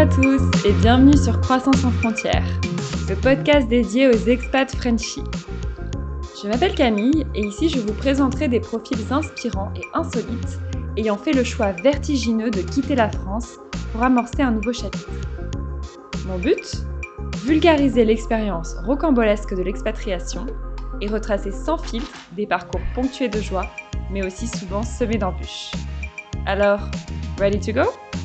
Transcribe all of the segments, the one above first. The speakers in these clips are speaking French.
tous et bienvenue sur Croissance sans frontières, le podcast dédié aux expats Frenchies. Je m'appelle Camille et ici je vous présenterai des profils inspirants et insolites ayant fait le choix vertigineux de quitter la France pour amorcer un nouveau chapitre. Mon but ? Vulgariser l'expérience rocambolesque de l'expatriation et retracer sans filtre des parcours ponctués de joie, mais aussi souvent semés d'embûches. Alors, ready to go ?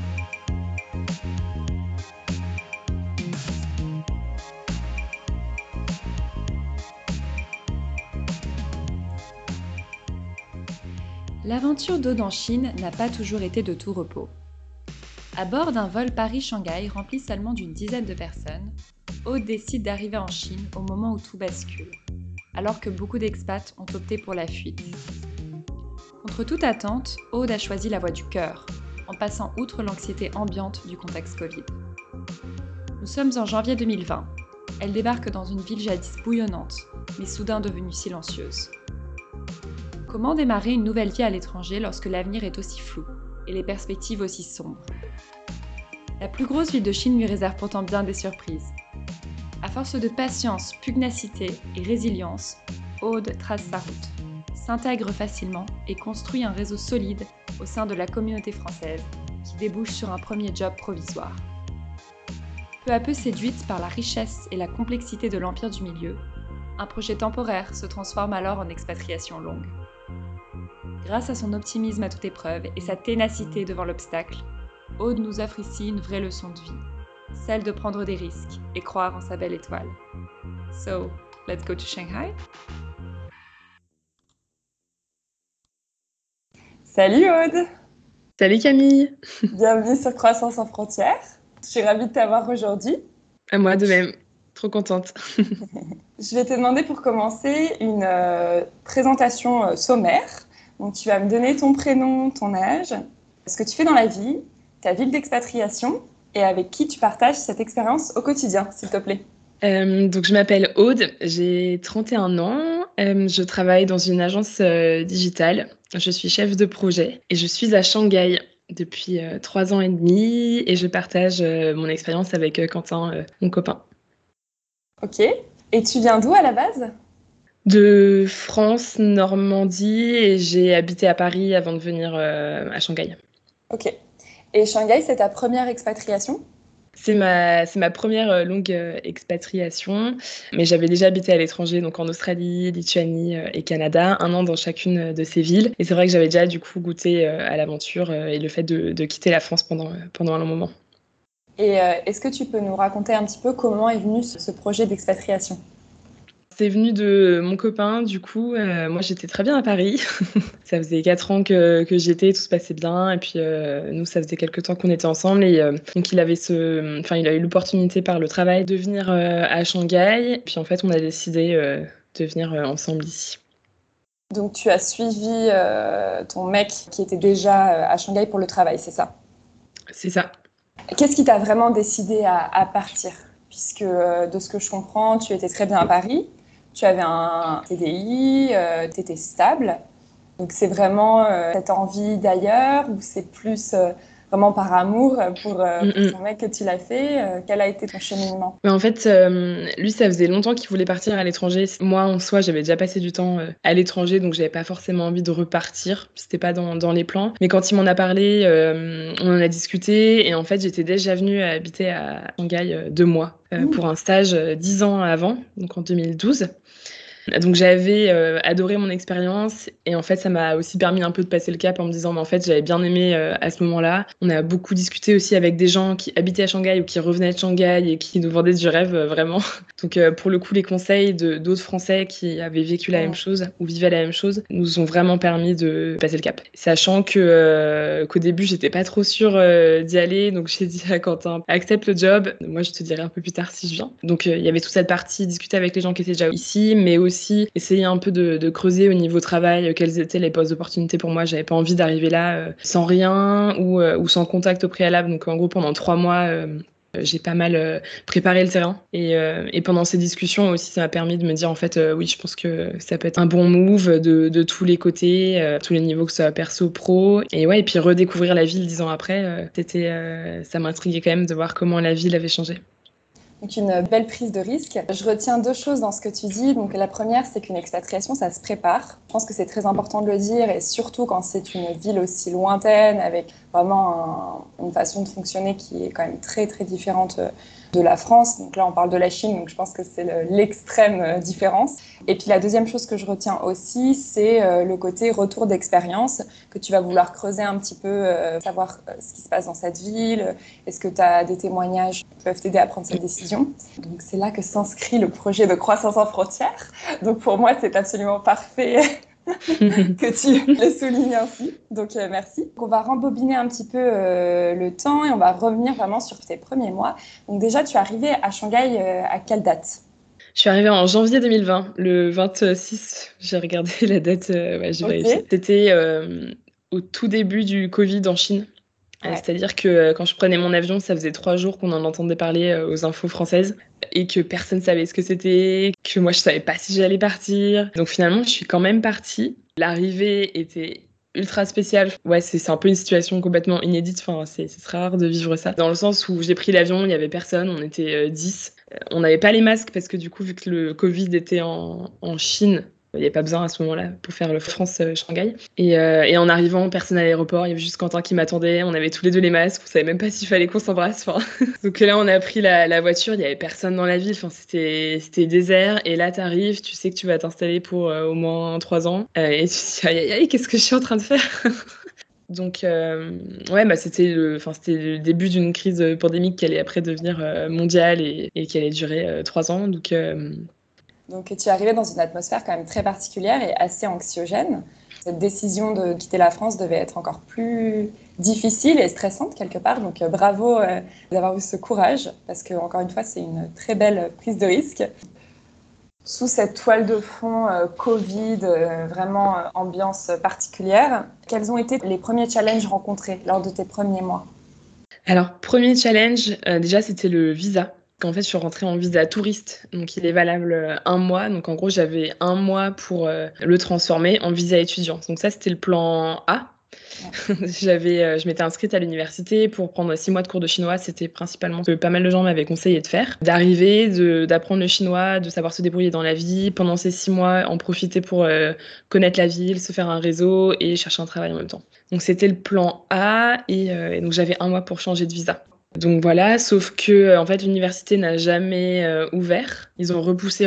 L'aventure d'Aude en Chine n'a pas toujours été de tout repos. À bord d'un vol Paris-Shanghai rempli seulement d'une dizaine de personnes, Aude décide d'arriver en Chine au moment où tout bascule, alors que beaucoup d'expats ont opté pour la fuite. Contre toute attente, Aude a choisi la voie du cœur, en passant outre l'anxiété ambiante du contexte Covid. Nous sommes en janvier 2020. Elle débarque dans une ville jadis bouillonnante, mais soudain devenue silencieuse. Comment démarrer une nouvelle vie à l'étranger lorsque l'avenir est aussi flou et les perspectives aussi sombres ? La plus grosse ville de Chine lui réserve pourtant bien des surprises. À force de patience, pugnacité et résilience, Aude trace sa route, s'intègre facilement et construit un réseau solide au sein de la communauté française qui débouche sur un premier job provisoire. Peu à peu séduite par la richesse et la complexité de l'empire du milieu, un projet temporaire se transforme alors en expatriation longue. Grâce à son optimisme à toute épreuve et sa ténacité devant l'obstacle, Aude nous offre ici une vraie leçon de vie, celle de prendre des risques et croire en sa belle étoile. So, let's go to Shanghai. Salut Aude! Salut Camille! Bienvenue sur Croissance sans frontières. Je suis ravie de t'avoir aujourd'hui. À moi de même, trop contente. Je vais te demander pour commencer une présentation sommaire. Donc tu vas me donner ton prénom, ton âge, ce que tu fais dans la vie, ta ville d'expatriation et avec qui tu partages cette expérience au quotidien, s'il te plaît. Donc je m'appelle Aude, j'ai 31 ans, je travaille dans une agence digitale, je suis chef de projet et je suis à Shanghai depuis 3 ans et demi et je partage mon expérience avec Quentin, mon copain. Ok, et tu viens d'où à la base ? De France, Normandie et j'ai habité à Paris avant de venir à Shanghai. Ok, et Shanghai c'est ta première expatriation ? C'est ma première longue expatriation, mais j'avais déjà habité à l'étranger, donc en Australie, Lituanie et Canada, 1 an dans chacune de ces villes. Et c'est vrai que j'avais déjà du coup goûté à l'aventure et le fait de quitter la France pendant un long moment. Et est-ce que tu peux nous raconter un petit peu comment est venu ce projet d'expatriation ? C'est venu de mon copain, du coup, moi j'étais très bien à Paris. Ça faisait 4 ans que j'y étais, tout se passait bien. Et puis nous, ça faisait quelques temps qu'on était ensemble. Et donc il a eu l'opportunité par le travail de venir à Shanghai. Et puis en fait, on a décidé de venir ensemble ici. Donc tu as suivi ton mec qui était déjà à Shanghai pour le travail, c'est ça ? C'est ça. Qu'est-ce qui t'a vraiment décidé à partir ? Puisque de ce que je comprends, tu étais très bien à Paris, tu avais un CDI, tu étais stable. Donc c'est vraiment cette envie d'ailleurs ou c'est plus vraiment par amour pour ton mec que tu l'as fait ? Quel a été ton cheminement ? En fait, lui, ça faisait longtemps qu'il voulait partir à l'étranger. Moi, en soi, j'avais déjà passé du temps à l'étranger, donc j'avais pas forcément envie de repartir. C'était pas dans les plans. Mais quand il m'en a parlé, on en a discuté. Et en fait, j'étais déjà venue habiter à Shanghai 2 mois pour un stage 10 ans avant, donc en 2012. Donc j'avais adoré mon expérience et en fait ça m'a aussi permis un peu de passer le cap en me disant mais en fait j'avais bien aimé à ce moment-là. On a beaucoup discuté aussi avec des gens qui habitaient à Shanghai ou qui revenaient de Shanghai et qui nous vendaient du rêve vraiment. Donc pour le coup les conseils d'autres Français qui avaient vécu la même chose ou vivaient la même chose nous ont vraiment permis de passer le cap. Sachant qu'au début j'étais pas trop sûre d'y aller, donc j'ai dit à Quentin accepte le job, moi je te dirai un peu plus tard si je viens. Donc il y avait toute cette partie discuter avec les gens qui étaient déjà ici, mais aussi essayer un peu de creuser au niveau travail quelles étaient les postes d'opportunité pour moi. J'avais pas envie d'arriver là sans rien ou sans contact au préalable. Donc en gros pendant 3 mois J'ai pas mal préparé le terrain et pendant ces discussions aussi, ça m'a permis de me dire en fait, oui, je pense que ça peut être un bon move de tous les côtés, tous les niveaux, que ce soit perso, pro. Et ouais, et puis redécouvrir la ville 10 ans après, ça m'intriguait quand même de voir comment la ville avait changé. Donc une belle prise de risque. Je retiens 2 choses dans ce que tu dis. Donc la première, c'est qu'une expatriation, ça se prépare. Je pense que c'est très important de le dire, et surtout quand c'est une ville aussi lointaine, avec vraiment une façon de fonctionner qui est quand même très très différente de la France. Donc là, on parle de la Chine, donc je pense que c'est l'extrême différence. Et puis la deuxième chose que je retiens aussi, c'est le côté retour d'expérience, que tu vas vouloir creuser un petit peu, savoir ce qui se passe dans cette ville. Est-ce que tu as des témoignages qui peuvent t'aider à prendre cette décision? Donc c'est là que s'inscrit le projet de Croissance sans frontières. Donc pour moi, c'est absolument parfait que tu le soulignes ainsi. Donc merci. On va rembobiner un petit peu le temps et on va revenir vraiment sur tes premiers mois. Donc déjà, tu es arrivé à Shanghai à quelle date? Je suis arrivée en janvier 2020, le 26. J'ai regardé la date, ouais, j'ai vérifié. Ok. C'était au tout début du Covid en Chine. Ouais. C'est-à-dire que quand je prenais mon avion, ça faisait 3 jours qu'on en entendait parler aux infos françaises et que personne savait ce que c'était, que moi je savais pas si j'allais partir. Donc finalement, je suis quand même partie. L'arrivée était ultra spéciale. Ouais, c'est un peu une situation complètement inédite. Enfin, c'est très rare de vivre ça. Dans le sens où j'ai pris l'avion, il y avait personne, on était 10. On n'avait pas les masques parce que du coup, vu que le Covid était en Chine, il n'y avait pas besoin à ce moment-là pour faire le France-Shanghai. Et en arrivant, personne à l'aéroport, il y avait juste Quentin qui m'attendait. On avait tous les deux les masques, on savait même pas s'il fallait qu'on s'embrasse. Enfin, donc là, on a pris la voiture, il y avait personne dans la ville. Enfin, c'était désert. Et là, t'arrives, tu sais que tu vas t'installer pour au moins 3 ans. Et tu te dis, aïe, aïe, aïe, qu'est-ce que je suis en train de faire? Donc, ouais, bah, c'était le début d'une crise pandémique qui allait après devenir mondiale et qui allait durer 3 ans. Donc tu es arrivé dans une atmosphère quand même très particulière et assez anxiogène. Cette décision de quitter la France devait être encore plus difficile et stressante quelque part. Donc bravo d'avoir eu ce courage, parce que encore une fois, c'est une très belle prise de risque. Sous cette toile de fond Covid, vraiment ambiance particulière, quels ont été les premiers challenges rencontrés lors de tes premiers mois? Alors, premier challenge, déjà, c'était le visa. En fait, je suis rentrée en visa touriste, donc il est valable 1 mois. Donc en gros, j'avais 1 mois pour le transformer en visa étudiant. Donc ça, c'était le plan A. Je m'étais inscrite à l'université pour prendre 6 mois de cours de chinois. C'était principalement ce que pas mal de gens m'avaient conseillé de faire. D'arriver, d'apprendre le chinois, de savoir se débrouiller dans la vie. Pendant ces 6 mois, en profiter pour connaître la ville, se faire un réseau et chercher un travail en même temps. Donc c'était le plan A et donc j'avais 1 mois pour changer de visa. Donc voilà, sauf que en fait l'université n'a jamais ouvert. Ils ont repoussé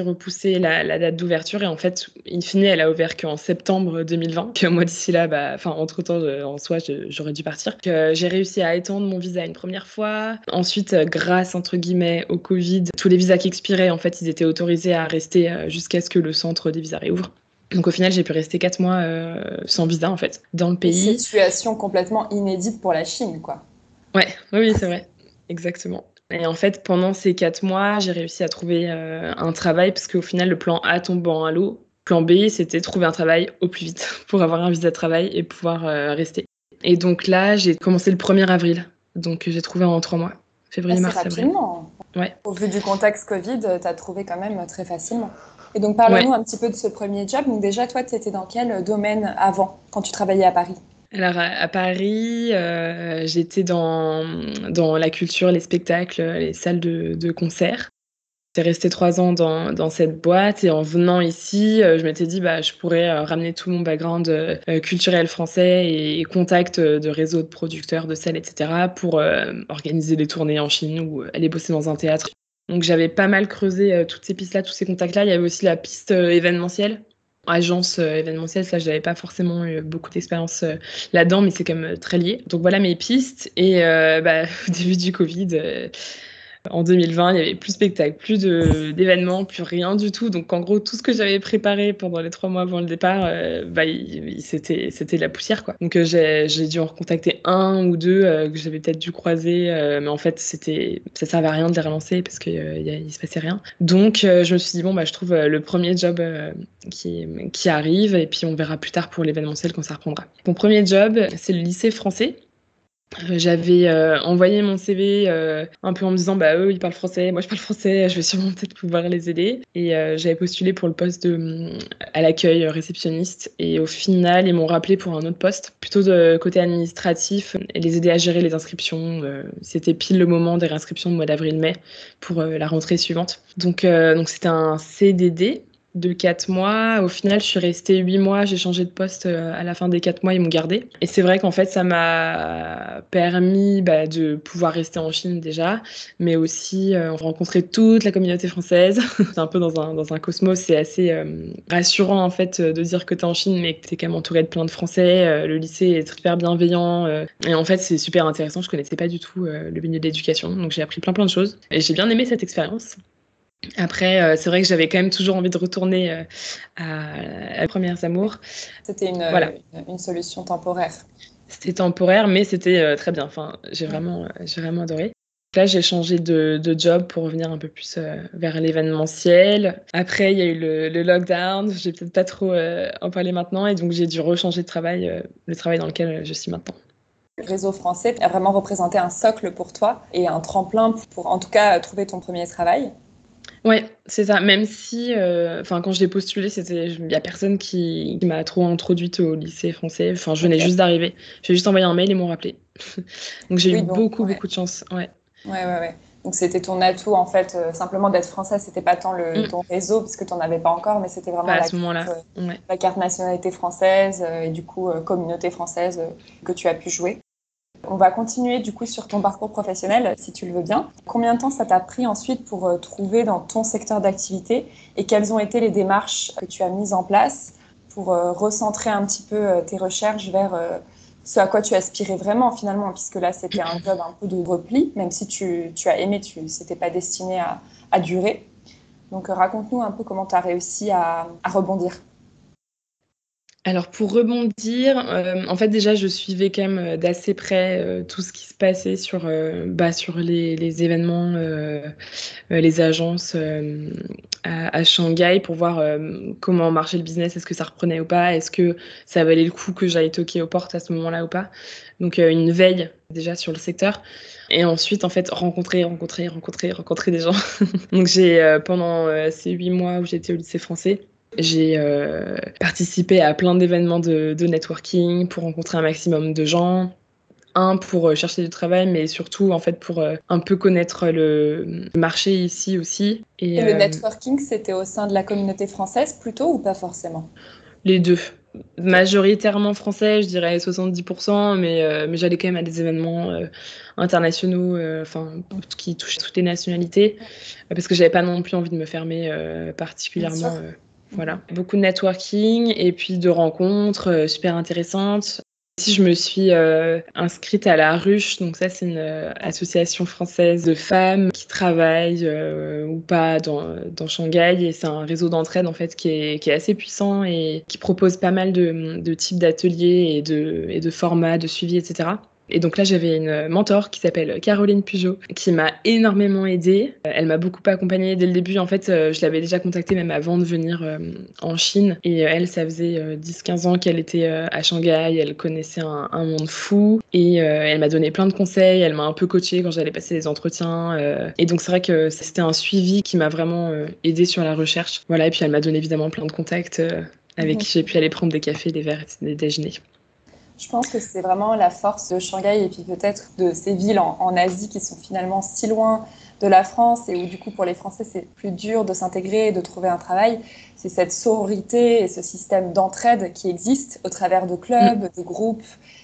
la date d'ouverture et en fait, in fine, elle a ouvert qu'en septembre 2020. Que moi d'ici là, entre-temps, en soi, j'aurais dû partir. Que j'ai réussi à étendre mon visa une première fois. Ensuite, grâce entre guillemets au Covid, tous les visas qui expiraient, en fait, ils étaient autorisés à rester jusqu'à ce que le centre des visas réouvre. Donc au final, j'ai pu rester 4 mois sans visa en fait dans le Une pays. situation complètement inédite pour la Chine, quoi. Ouais, oui, c'est vrai. Exactement. Et en fait, pendant ces 4 mois, j'ai réussi à trouver un travail parce qu'au final, le plan A tombant à l'eau. Plan B, c'était trouver un travail au plus vite pour avoir un visa de travail et pouvoir rester. Et donc là, j'ai commencé le 1er avril. Donc j'ai trouvé en 3 mois. Février, Assez mars, avril. rapidement. Ouais. Au vu du contexte Covid, tu as trouvé quand même très facilement. Et donc, Ouais. parle-nous un petit peu de ce premier job. Donc, déjà, toi, tu étais dans quel domaine avant, quand tu travaillais à Paris? Alors à Paris, j'étais dans la culture, les spectacles, les salles de concert. J'ai resté 3 ans dans cette boîte et en venant ici, je m'étais dit: «Bah, je pourrais, ramener tout mon background, culturel français et contact, de réseaux de producteurs, de salles et cetera pour, organiser des tournées en Chine ou, aller bosser dans un théâtre». Donc j'avais pas mal creusé, toutes ces pistes-là, tous ces contacts-là. Il y avait aussi la piste, événementielle. Agence, événementielle, ça j'avais pas forcément eu beaucoup d'expérience, là-dedans, mais c'est quand même, très lié. Donc voilà mes pistes et au début du Covid, en 2020, il y avait plus de spectacles, plus d'événements, plus rien du tout. Donc en gros, tout ce que j'avais préparé pendant les 3 mois avant le départ, c'était de la poussière, quoi. Donc j'ai dû en recontacter 1 ou 2 que j'avais peut-être dû croiser, mais en fait, ça servait à rien de les relancer parce qu'il se passait rien. Donc je me suis dit: «Bon, je trouve le premier job qui arrive et puis on verra plus tard pour l'événementiel quand ça reprendra». Mon premier job, c'est le lycée français. J'avais envoyé mon CV un peu en me disant bah eux ils parlent français, moi je parle français, je vais sûrement peut-être pouvoir les aider. Et j'avais postulé pour le poste à l'accueil réceptionniste. Et au final ils m'ont rappelé pour un autre poste, plutôt de côté administratif et les aider à gérer les inscriptions. C'était pile le moment des réinscriptions de mois d'avril-mai pour la rentrée suivante. Donc c'était un CDD de 4 mois. Au final, je suis restée 8 mois. J'ai changé de poste à la fin des 4 mois. Ils m'ont gardée. Et c'est vrai qu'en fait, ça m'a permis de pouvoir rester en Chine déjà, mais aussi rencontrer toute la communauté française. C'est un peu dans un cosmos. C'est assez rassurant en fait de dire que tu es en Chine, mais que tu es quand même entouré de plein de Français. Le lycée est super bienveillant. Et en fait, c'est super intéressant. Je connaissais pas du tout le milieu de l'éducation. Donc j'ai appris plein de choses. Et j'ai bien aimé cette expérience. Après, c'est vrai que j'avais quand même toujours envie de retourner à mes premières amours. C'était Voilà, une solution temporaire. c'était temporaire, mais c'était très bien. Enfin, Ouais. j'ai vraiment adoré. Là, j'ai changé de job pour revenir un peu plus vers l'événementiel. Après, il y a eu le lockdown. Je vais peut-être pas trop en parler maintenant, et donc j'ai dû rechanger de travail, le travail dans lequel je suis maintenant. Le réseau français a vraiment représenté un socle pour toi et un tremplin pour, en tout cas, trouver ton premier travail. Ouais, c'est ça. Même si, enfin, quand je l'ai postulé, il y a personne qui m'a trop introduite au lycée français. Enfin, je venais Ok. juste d'arriver. J'ai juste envoyé un mail et ils m'ont rappelé. Donc j'ai eu Oui, donc, beaucoup, ouais. beaucoup de chance. Ouais. Ouais. Donc c'était ton atout en fait, simplement d'être français, c'était pas tant Mm. ton réseau parce que tu n'en avais pas encore, mais c'était vraiment Pas à ce moment-là. Ouais. la carte nationalité française et du coup communauté française que tu as pu jouer. On va continuer du coup sur ton parcours professionnel si tu le veux bien. Combien de temps ça t'a pris ensuite pour trouver dans ton secteur d'activité et quelles ont été les démarches que tu as mises en place pour recentrer un petit peu tes recherches vers ce à quoi tu aspirais vraiment finalement, puisque là c'était un job un peu de repli, même si tu as aimé, c'était pas destiné à durer. Donc raconte-nous un peu comment tu as réussi à rebondir. Alors pour rebondir, en fait déjà je suivais quand même d'assez près tout ce qui se passait sur les événements, les agences à Shanghai pour voir comment marchait le business, est-ce que ça reprenait ou pas, est-ce que ça valait le coup que j'aille toquer aux portes à ce moment-là ou pas. Donc une veille déjà sur le secteur. Et ensuite, en fait, rencontrer des gens. Donc j'ai, pendant ces 8 mois où j'étais au lycée français, j'ai participé à plein d'événements de networking pour rencontrer un maximum de gens. Un, pour chercher du travail, mais surtout, en fait, pour un peu connaître le marché ici aussi. Et Et le networking, c'était au sein de la communauté française plutôt ou pas forcément? les deux. Ok. Majoritairement français, je dirais 70%, mais j'allais quand même à des événements internationaux, enfin, qui touchent toutes les nationalités, parce que j'avais pas non plus envie de me fermer Bien sûr. particulièrement. Mhm. Voilà. Beaucoup de networking et puis de rencontres super intéressantes. Si je me suis inscrite à la Ruche, donc ça c'est une association française de femmes qui travaillent ou pas dans Shanghai, et c'est un réseau d'entraide en fait qui est assez puissant et qui propose pas mal de types d'ateliers et de formats de suivi, etc. Et donc là, j'avais une mentor qui s'appelle Caroline Pujot, qui m'a énormément aidée. Elle m'a beaucoup accompagnée dès le début. En fait, je l'avais déjà contactée même avant de venir en Chine. Et elle, ça faisait 10-15 ans qu'elle était à Shanghai. Elle connaissait un monde fou. Et elle m'a donné plein de conseils. Elle m'a un peu coachée quand j'allais passer des entretiens. Et donc, c'est vrai que c'était un suivi qui m'a vraiment aidée sur la recherche. Voilà, et puis elle m'a donné évidemment plein de contacts avec Mhm. qui j'ai pu aller prendre des cafés, des verres, des déjeuners. Je pense que c'est vraiment la force de Shanghai et puis peut-être de ces villes en Asie qui sont finalement si loin de la France et où du coup pour les Français c'est plus dur de s'intégrer et de trouver un travail. C'est cette sororité et ce système d'entraide qui existe au travers de Mm. clubs, de groupes,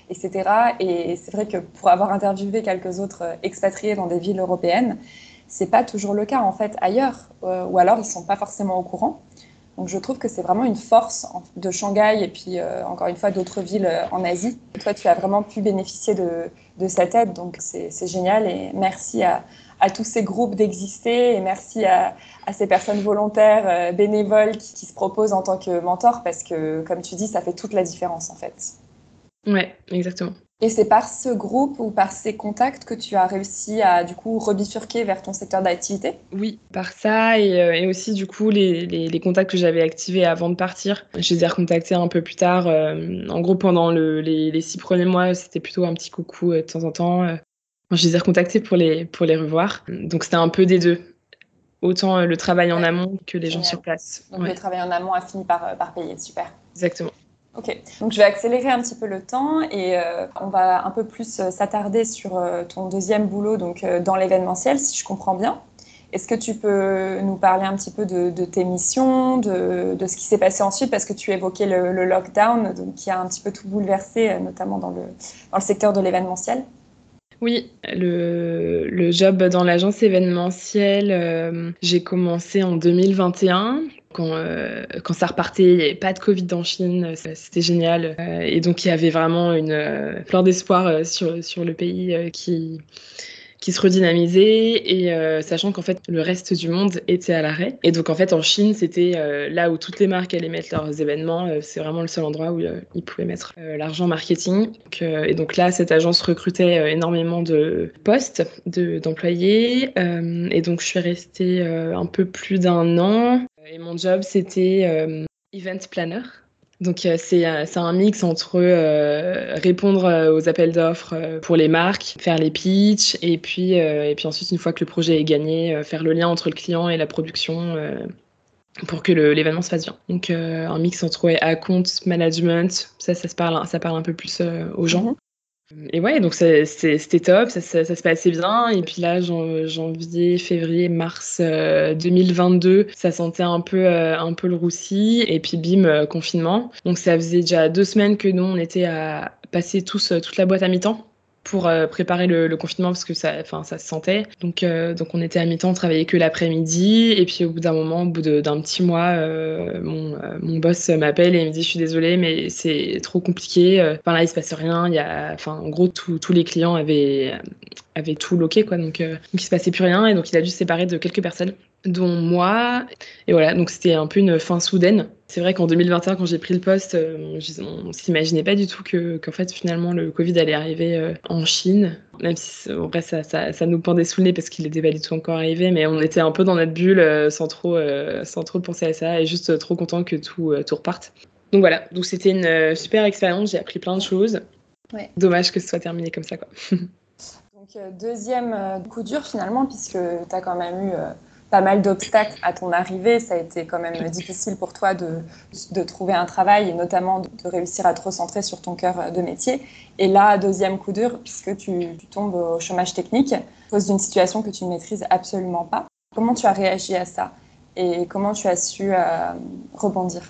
etc. Et c'est vrai que pour avoir interviewé quelques autres expatriés dans des villes européennes, c'est pas toujours le cas en fait ailleurs, ou alors ils sont pas forcément au courant. Donc je trouve que c'est vraiment une force de Shanghai et puis encore une fois d'autres villes en Asie. Toi, tu as vraiment pu bénéficier de cette aide, donc c'est génial et merci à tous ces groupes d'exister et merci à ces personnes volontaires, bénévoles qui se proposent en tant que mentor parce que, comme tu dis, ça fait toute la différence en fait. Ouais, exactement. Et c'est par ce groupe ou par ces contacts que tu as réussi à du coup rebifurquer vers ton secteur d'activité? Oui, par ça et aussi du coup les contacts que j'avais activés avant de partir, je les ai recontactés un peu plus tard. En gros, pendant les 6 premiers mois, c'était plutôt un petit coucou de temps en temps. Je les ai recontactés pour les revoir. Donc c'était un peu des deux. Autant le travail en Ouais, amont que les gens génial. sur place. Donc le Ouais, travail en amont a fini par payer, super. exactement. Ok, donc je vais accélérer un petit peu le temps et on va un peu plus s'attarder sur ton deuxième boulot, donc dans l'événementiel, si je comprends bien. Est-ce que tu peux nous parler un petit peu de tes missions, de ce qui s'est passé ensuite, parce que tu évoquais le lockdown, donc, qui a un petit peu tout bouleversé, notamment dans le secteur de l'événementiel. Oui, le job dans l'agence événementielle, j'ai commencé en 2021 quand ça repartait, il n'y avait pas de Covid en Chine, c'était génial. Et donc il y avait vraiment une plein d'espoir sur le pays qui se redynamisait et sachant qu'en fait le reste du monde était à l'arrêt. Et donc en fait en Chine c'était là où toutes les marques allaient mettre leurs événements, c'est vraiment le seul endroit où ils pouvaient mettre l'argent marketing. Et donc là cette agence recrutait énormément de postes d'employés et donc je suis restée un peu plus d'un an et mon job c'était event planner. Donc c'est un mix entre répondre aux appels d'offres pour les marques, faire les pitchs et puis ensuite une fois que le projet est gagné, faire le lien entre le client et la production pour que l'événement se passe bien. Donc un mix entre account management, ça parle un peu plus aux gens. Mhm. Et ouais, donc c'était top, ça se passait bien. Et puis là, janvier, février, mars 2022, ça sentait un peu le roussi. Et puis bim, confinement. Donc ça faisait déjà 2 semaines que nous, on était à passer toute la boîte à mi-temps pour préparer le confinement parce que enfin, ça se sentait. Donc on était à mi-temps, on travaillait que l'après-midi. Et puis au bout d'un moment, d'un petit mois, mon boss m'appelle et il me dit, je suis désolée, mais c'est trop compliqué. Enfin là, il se passe rien. Enfin, en gros, tous les clients avaient tout loqué, quoi. Donc il se passait plus rien et donc il a dû se séparer de quelques personnes, dont moi. Et voilà, donc c'était un peu une fin soudaine. C'est vrai qu'en 2021, quand j'ai pris le poste, on s'imaginait pas du tout qu'en fait, finalement, le Covid allait arriver en Chine. Même si, en vrai, ça nous pendait sous le nez parce qu'il n'était pas du tout encore arrivé, mais on était un peu dans notre bulle sans trop penser à ça et juste trop content que tout reparte. Donc voilà, donc c'était une super expérience, j'ai appris plein de choses. Ouais. Dommage que ce soit terminé comme ça, quoi. Donc, deuxième coup dur finalement, puisque tu as quand même eu pas mal d'obstacles à ton arrivée. Ça a été quand même difficile pour toi de trouver un travail et notamment de réussir à te recentrer sur ton cœur de métier. Et là, deuxième coup dur, puisque tu tombes au chômage technique à cause d'une situation que tu ne maîtrises absolument pas. Comment tu as réagi à ça et comment tu as su rebondir?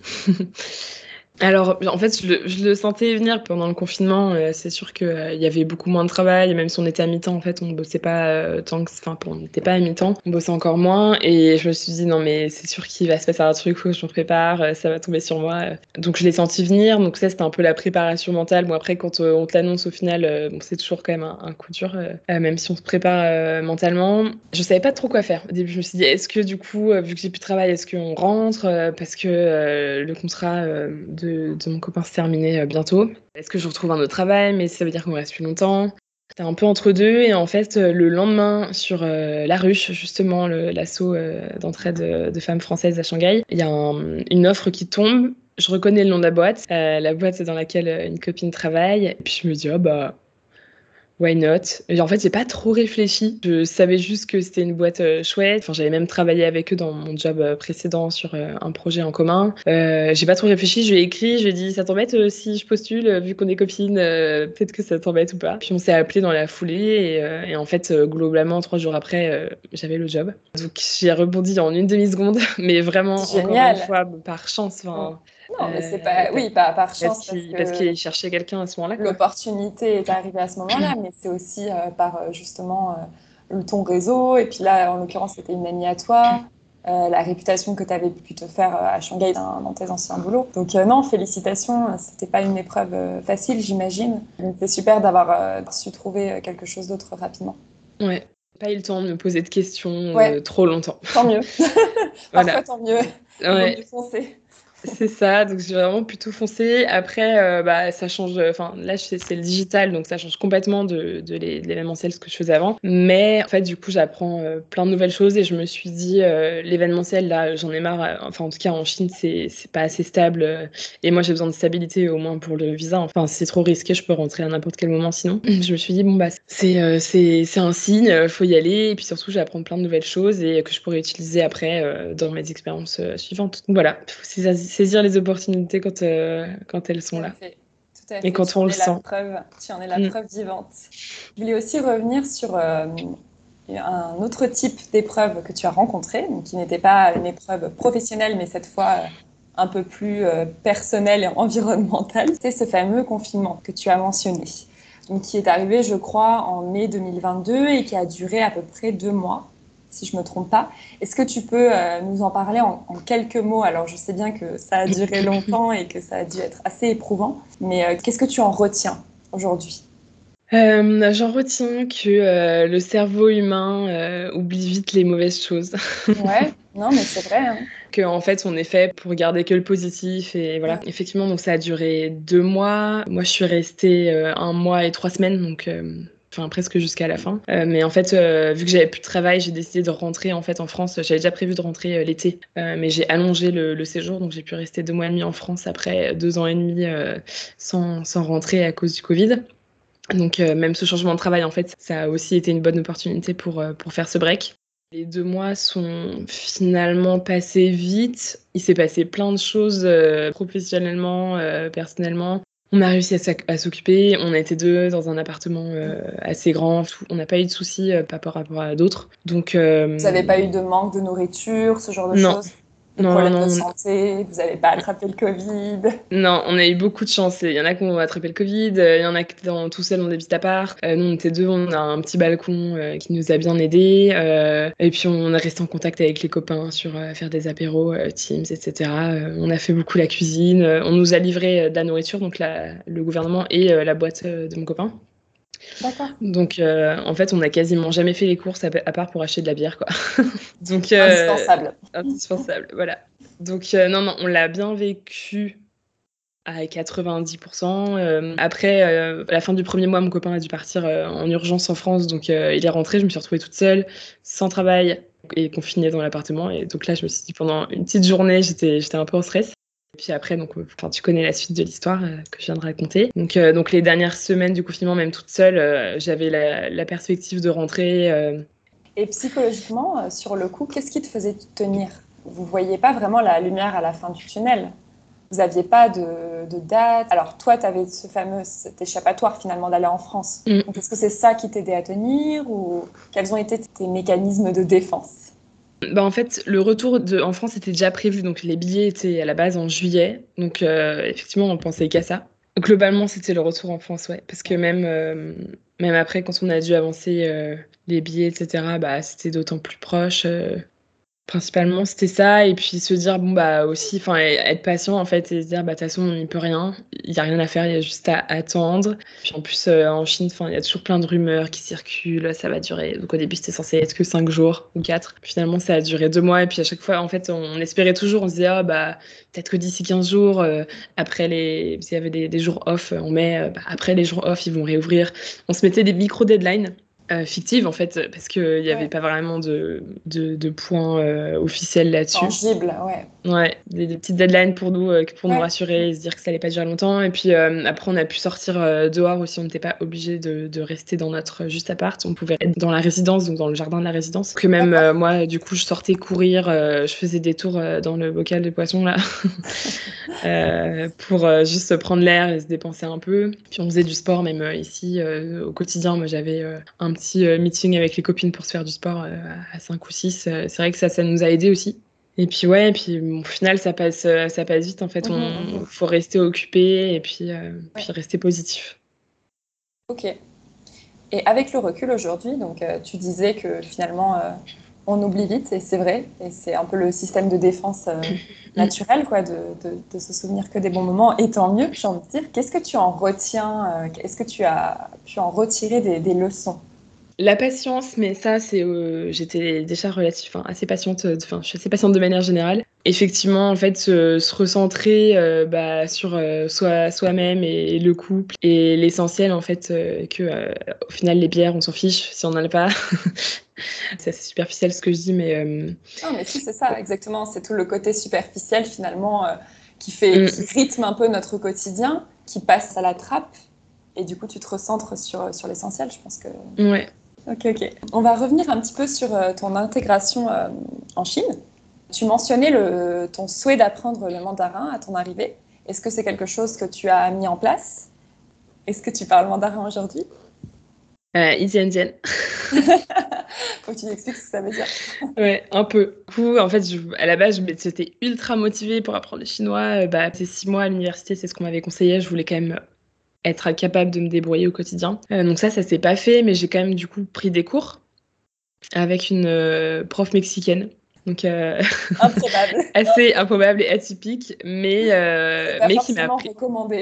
Alors, en fait, je le sentais venir pendant le confinement. C'est sûr qu'il y avait beaucoup moins de travail. Même si on était à mi-temps, en fait, on bossait pas tant que... Enfin, on n'était pas à mi-temps, on bossait encore moins. Et je me suis dit, non, mais c'est sûr qu'il va se passer un truc, faut que je me prépare, ça va tomber sur moi. Donc, je l'ai senti venir. Donc, ça, c'était un peu la préparation mentale. Bon, après, quand on te l'annonce au final, bon, c'est toujours quand même un coup dur, même si on se prépare mentalement. Je savais pas trop quoi faire. Au début, je me suis dit, est-ce que du coup, vu que j'ai plus de travail, est-ce qu'on rentre parce que le contrat de mon copain se terminait bientôt. Est-ce que je retrouve un autre travail, mais ça veut dire qu'on reste plus longtemps? C'était un peu entre deux et en fait le lendemain sur La Ruche, justement l'assaut d'entraide de femmes françaises à Shanghai, il y a une offre qui tombe. Je reconnais le nom de la boîte dans laquelle une copine travaille. Et puis je me dis, oh bah why not? Et en fait, j'ai pas trop réfléchi. Je savais juste que c'était une boîte chouette. Enfin, j'avais même travaillé avec eux dans mon job précédent sur un projet en commun. J'ai pas trop réfléchi. Je lui ai écrit, je lui ai dit, ça t'embête si je postule, vu qu'on est copines, peut-être que ça t'embête ou pas. Puis on s'est appelé dans la foulée et en fait, globalement, 3 jours après, j'avais le job. Donc j'ai rebondi en une demi-seconde, mais vraiment, encore une Génial. fois, par chance. Mm. Enfin, Non, mais c'est pas, oui, pas par chance parce parce que qu'il cherchait quelqu'un à ce moment-là, quoi. l'opportunité est arrivée à ce moment-là, mais c'est aussi par justement ton réseau. Et puis là, en l'occurrence, c'était une amie à toi, la réputation que tu avais pu te faire à Shanghai dans tes anciens boulots. Donc non, félicitations, c'était pas une épreuve facile, j'imagine. Donc c'est super d'avoir su trouver quelque chose d'autre rapidement. Ouais, pas eu le temps de me poser de questions Ouais, trop longtemps. tant mieux. Voilà. Parfois, tant mieux. Il vaut mieux Ouais, foncer. C'est ça, donc j'ai vraiment plutôt foncé. Après, ça change. Enfin, là, c'est le digital, donc ça change complètement de l'événementiel, ce que je faisais avant. Mais en fait, du coup, j'apprends plein de nouvelles choses et je me suis dit, l'événementiel, là, j'en ai marre. Enfin, en tout cas, en Chine, c'est pas assez stable. Et moi, j'ai besoin de stabilité, au moins pour le visa. Enfin, c'est trop risqué, je peux rentrer à n'importe quel moment sinon. Je me suis dit, bon, bah, c'est un signe, faut y aller. Et puis surtout, j'apprends plein de nouvelles choses et que je pourrais utiliser après dans mes expériences suivantes. Donc voilà, il faut saisir les opportunités quand elles sont Tout à là fait. Tout à et fait. quand on le sent. Tu en es la Mm. preuve vivante. Je voulais aussi revenir sur un autre type d'épreuve que tu as rencontré, donc qui n'était pas une épreuve professionnelle, mais cette fois un peu plus personnelle et environnementale. C'est ce fameux confinement que tu as mentionné, donc qui est arrivé, je crois, en mai 2022 et qui a duré à peu près 2 mois, si je ne me trompe pas. Est-ce que tu peux nous en parler en quelques mots? Alors, je sais bien que ça a duré longtemps et que ça a dû être assez éprouvant, mais qu'est-ce que tu en retiens aujourd'hui? J'en retiens que le cerveau humain oublie vite les mauvaises choses. Ouais, non, mais c'est vrai, hein. Qu'en fait, on est fait pour garder que le positif et voilà. Mm. Effectivement, donc ça a duré 2 mois. Moi, je suis restée 1 mois et 3 semaines, donc enfin presque jusqu'à la fin. Mais en fait, vu que j'avais plus de travail, j'ai décidé de rentrer en fait en France. J'avais déjà prévu de rentrer l'été, mais j'ai allongé le séjour, donc j'ai pu rester 2 mois et demi en France après 2 ans et demi sans rentrer à cause du Covid. Donc même ce changement de travail, en fait, ça a aussi été une bonne opportunité pour faire ce break. Les 2 mois sont finalement passés vite. Il s'est passé plein de choses professionnellement, personnellement. On a réussi à s'occuper. On était deux dans un appartement assez grand. On n'a pas eu de soucis par rapport à d'autres. Donc, Vous n'avez pas eu de manque de nourriture, ce genre de non. choses? De Non, non, problèmes de non. santé? Vous n'avez pas attrapé le Covid? Non, on a eu beaucoup de chance. Il y en a qui ont attrapé le Covid, il y en a qui étaient tout seuls dans des petits apparts. Nous, on était deux, on a un petit balcon qui nous a bien aidés. Et puis, on est resté en contact avec les copains sur faire des apéros, Teams, etc. On a fait beaucoup la cuisine. On nous a livré de la nourriture, donc le gouvernement et la boîte de mon copain. D'accord. Donc, en fait, on n'a quasiment jamais fait les courses à part pour acheter de la bière, quoi. Donc, Indispensable. indispensable, voilà. Donc, non, non, on l'a bien vécu à 90%. Après, à la fin du premier mois, mon copain a dû partir en urgence en France, donc il est rentré. Je me suis retrouvée toute seule, sans travail et confinée dans l'appartement. Et donc là, je me suis dit, pendant une petite journée, j'étais un peu en stress. Et puis après, donc, tu connais la suite de l'histoire que je viens de raconter. Donc les dernières semaines du confinement, même toute seule, j'avais la perspective de rentrer. Et psychologiquement, sur le coup, qu'est-ce qui te faisait tenir? Vous ne voyez pas vraiment la lumière à la fin du tunnel. Vous n'aviez pas de date. Alors toi, tu avais cet échappatoire finalement d'aller en France. Mm. Donc est-ce que c'est ça qui t'aidait à tenir ou quels ont été tes mécanismes de défense? Bah, en fait, le retour en France était déjà prévu, donc les billets étaient à la base en juillet. Donc effectivement, on pensait qu'à ça. Globalement, c'était le retour en France, ouais. Parce que même après, quand on a dû avancer les billets, etc., bah, c'était d'autant plus proche. Principalement, c'était ça. Et puis se dire, bon, bah aussi, enfin, être patient, en fait, et se dire, bah, de toute façon, on n'y peut rien. Il n'y a rien à faire, il y a juste à attendre. Puis en plus, en Chine, enfin, il y a toujours plein de rumeurs qui circulent, ça va durer. Donc au début, c'était censé être que 5 jours ou 4. Finalement, ça a duré 2 mois. Et puis à chaque fois, en fait, on espérait toujours, on se disait, ah, bah, peut-être que d'ici 15 jours, après parce qu'il y avait des jours off en mai, bah, après les jours off, ils vont réouvrir. On se mettait des micro-deadlines fictive en fait parce qu'il n'y avait Ouais, pas vraiment de points officiels là-dessus. tangible, ouais. Ouais, des petites deadlines pour nous Ouais. rassurer et se dire que ça allait pas durer longtemps. Et puis après, on a pu sortir dehors aussi. On n'était pas obligé de rester dans notre juste appart. On pouvait être dans la résidence, donc dans le jardin de la résidence. Que même D'accord. moi, du coup, je sortais courir. Je faisais des tours dans le bocal de poisson là pour juste prendre l'air et se dépenser un peu. Puis on faisait du sport même ici au quotidien. Moi, j'avais un petit meeting avec les copines pour se faire du sport à 5 ou 6. C'est vrai que ça nous a aidés aussi. Et puis ouais, et puis au final ça passe vite en fait. Mhm, On mhm. faut rester occupé et puis Ouais. rester positif. Ok. Et avec le recul aujourd'hui, donc tu disais que finalement on oublie vite, et c'est vrai, et c'est un peu le système de défense Mm. naturel, quoi, de se souvenir que des bons moments, et tant mieux, j'ai envie de dire. Qu'est-ce que tu en retiens est-ce que tu as pu en retirer des leçons? La patience, mais ça c'est j'étais déjà relative, enfin assez patiente. Enfin je suis assez patiente de manière générale. Effectivement, en fait, se recentrer sur soi-même et le couple et l'essentiel, en fait, au final, les bières, on s'en fiche si on n'en a pas. C'est assez superficiel ce que je dis, mais Non, mais si, c'est ça, exactement. C'est tout le côté superficiel, finalement, qui rythme un peu notre quotidien, qui passe à la trappe. Et du coup, tu te recentres sur l'essentiel, je pense que... ouais. Ok. On va revenir un petit peu sur ton intégration en Chine. Tu mentionnais ton souhait d'apprendre le mandarin à ton arrivée. Est-ce que c'est quelque chose que tu as mis en place? Est-ce que tu parles mandarin aujourd'hui? Izian. Faut que tu m'expliques ce que ça veut dire. Ouais, un peu. Du coup, en fait, à la base, j'étais ultra motivée pour apprendre le chinois. C'est 6 mois à l'université, c'est ce qu'on m'avait conseillé. Je voulais quand même être capable de me débrouiller au quotidien. Donc ça s'est pas fait, mais j'ai quand même du coup pris des cours avec une prof mexicaine. Donc Improbable. assez improbable et atypique, C'est pas mais qui m'a forcément appris. recommandé.